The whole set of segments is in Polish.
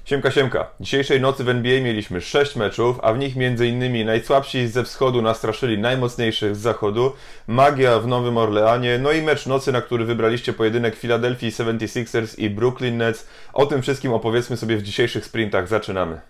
Siemka, siemka. Dzisiejszej nocy w NBA mieliśmy 6 meczów, a w nich m.in. najsłabsi ze wschodu nastraszyli najmocniejszych z zachodu, magia w Nowym Orleanie, no i mecz nocy, na który wybraliście pojedynek Philadelphia 76ers i Brooklyn Nets. O tym wszystkim opowiedzmy sobie w dzisiejszych sprintach. Zaczynamy.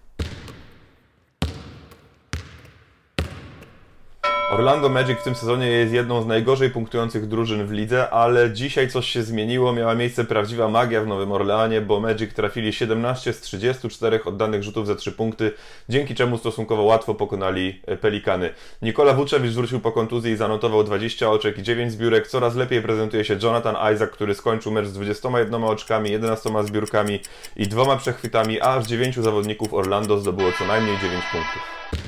Orlando Magic w tym sezonie jest jedną z najgorzej punktujących drużyn w lidze, ale dzisiaj coś się zmieniło, miała miejsce prawdziwa magia w Nowym Orleanie, bo Magic trafili 17 z 34 oddanych rzutów za 3 punkty, dzięki czemu stosunkowo łatwo pokonali Pelikany. Nikola Vucevic wrócił po kontuzji i zanotował 20 oczek i 9 zbiórek. Coraz lepiej prezentuje się Jonathan Isaac, który skończył mecz z 21 oczkami, 11 zbiórkami i 2 przechwytami, a aż 9 zawodników Orlando zdobyło co najmniej 9 punktów.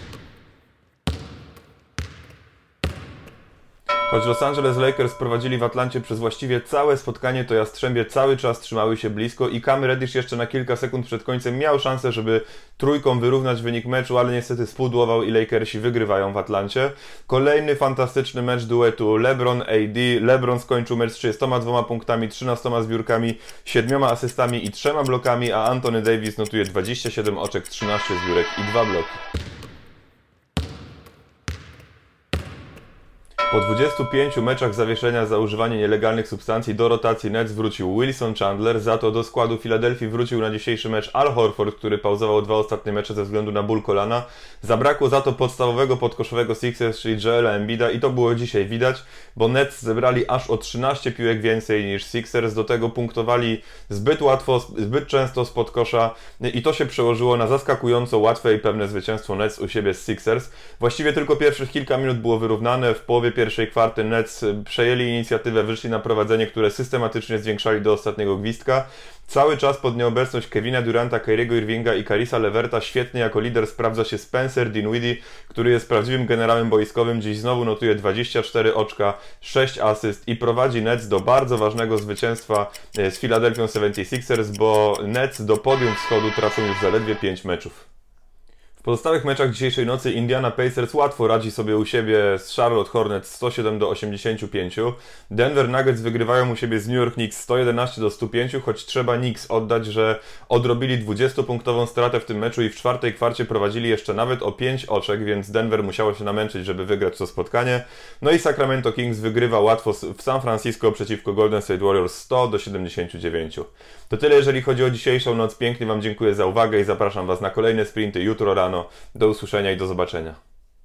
Choć Los Angeles Lakers prowadzili w Atlancie przez właściwie całe spotkanie, to Jastrzębie cały czas trzymały się blisko i Cam Reddish jeszcze na kilka sekund przed końcem miał szansę, żeby trójką wyrównać wynik meczu, ale niestety spudłował i Lakersi wygrywają w Atlancie. Kolejny fantastyczny mecz duetu LeBron-AD. LeBron skończył mecz z 32 punktami, 13 zbiórkami, 7 asystami i 3 blokami, a Anthony Davis notuje 27 oczek, 13 zbiórek i 2 bloki. Po 25 meczach zawieszenia za używanie nielegalnych substancji do rotacji Nets wrócił Wilson Chandler, za to do składu Filadelfii wrócił na dzisiejszy mecz Al Horford, który pauzował 2 ostatnie mecze ze względu na ból kolana. Zabrakło za to podstawowego podkoszowego Sixers, czyli Joela Embida i to było dzisiaj widać, bo Nets zebrali aż o 13 piłek więcej niż Sixers, do tego punktowali zbyt łatwo, zbyt często spod kosza i to się przełożyło na zaskakująco łatwe i pewne zwycięstwo Nets u siebie z Sixers. Właściwie tylko pierwszych kilka minut było wyrównane, w połowie pierwszej kwarty Nets przejęli inicjatywę, wyszli na prowadzenie, które systematycznie zwiększali do ostatniego gwizdka. Cały czas pod nieobecność Kevina Duranta, Kyriego Irvinga i Carisa Leverta świetnie jako lider sprawdza się Spencer Dinwiddie, który jest prawdziwym generałem boiskowym. Dziś znowu notuje 24 oczka, 6 asyst i prowadzi Nets do bardzo ważnego zwycięstwa z Philadelphia 76ers, bo Nets do podium wschodu tracą już zaledwie 5 meczów. W pozostałych meczach dzisiejszej nocy Indiana Pacers łatwo radzi sobie u siebie z Charlotte Hornets 107-85. Denver Nuggets wygrywają u siebie z New York Knicks 111-105, choć trzeba Knicks oddać, że odrobili 20-punktową stratę w tym meczu i w czwartej kwarcie prowadzili jeszcze nawet o 5 oczek, więc Denver musiało się namęczyć, żeby wygrać to spotkanie. No i Sacramento Kings wygrywa łatwo w San Francisco przeciwko Golden State Warriors 100-79. To tyle, jeżeli chodzi o dzisiejszą noc. Pięknie Wam dziękuję za uwagę i zapraszam Was na kolejne sprinty jutro rano. Do usłyszenia i do zobaczenia.